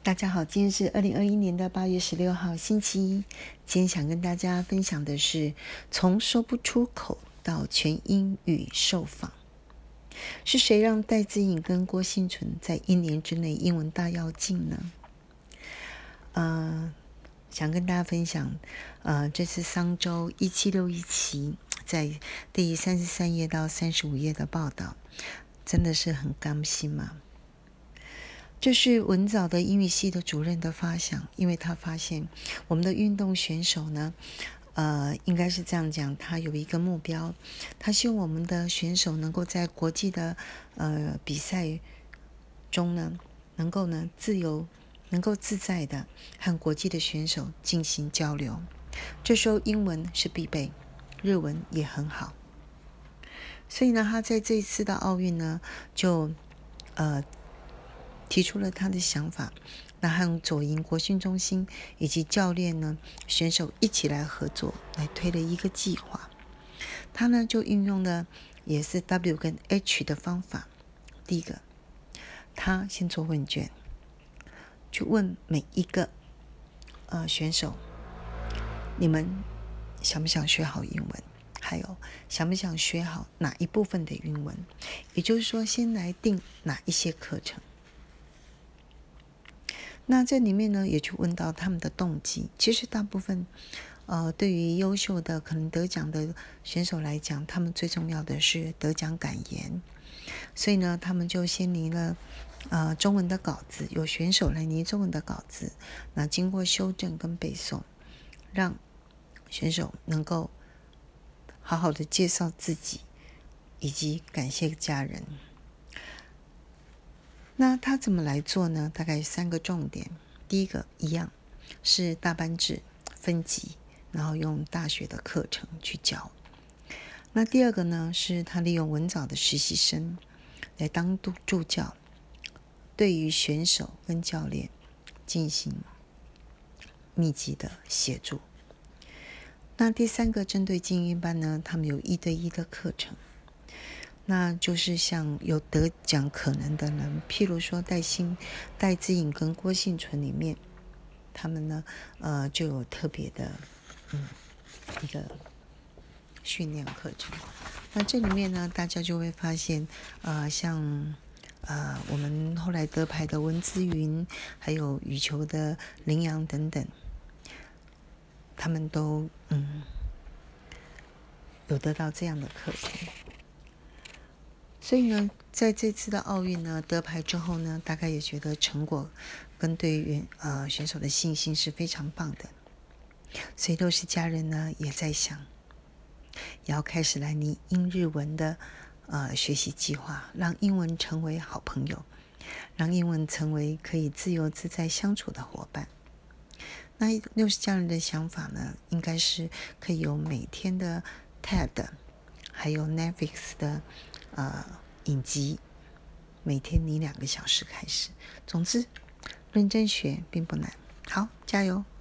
大家好，今天是2021年8月16号星期一。今天想跟大家分享的是从说不出口到全英语受访。是谁让戴资颖跟郭婞淳在1年之内英文大跃进呢？想跟大家分享这次商周176期在第33页到35页的报道，真的是很甘心嘛。这是文藻的英语系的主任的发想，因为他发现我们的运动选手呢，应该是这样讲，他有一个目标，他希望我们的选手能够在国际的比赛中呢，能够自由、能够自在的和国际的选手进行交流。这时候英文是必备，日文也很好，所以呢，他在这一次的奥运呢，就提出了他的想法，那和左营国训中心以及教练呢、选手一起来合作，来推了一个计划。他呢就运用了也是 W 跟 H 的方法。第一个，他先做问卷，去问每一个选手，你们想不想学好英文？还有想不想学好哪一部分的英文？也就是说，先来定哪一些课程。那这里面呢，也去问到他们的动机。其实大部分，对于优秀的可能得奖的选手来讲，他们最重要的是得奖感言。所以呢，他们就先拟了中文的稿子，有选手来拟中文的稿子，那经过修正跟背诵，让选手能够好好的介绍自己，以及感谢家人。那他怎么来做呢？大概3个重点。第一个一样是大班制分级，然后用大学的课程去教。那第二个呢，是他利用文藻的实习生来当助教，对于选手跟教练进行密集的协助。那第3个针对精英班呢，他们有1对1的课程。那就是像有得奖可能的人，譬如说戴资颖跟郭婞淳里面，他们呢就有特别的一个训练课程。那这里面呢，大家就会发现像我们后来得牌的文姿云，还有羽球的林洋等等，他们都有得到这样的课程。所以呢，在这次的奥运呢得牌之后呢，大概也觉得成果跟对于选手的信心是非常棒的。所以都是家人呢也在想，也要开始来拟英日文的学习计划，让英文成为好朋友，让英文成为可以自由自在相处的伙伴。那60家人的想法呢，应该是可以有每天的 TED 还有 Netflix 的影集，每天拟2个小时开始。总之，认真学并不难。好，加油！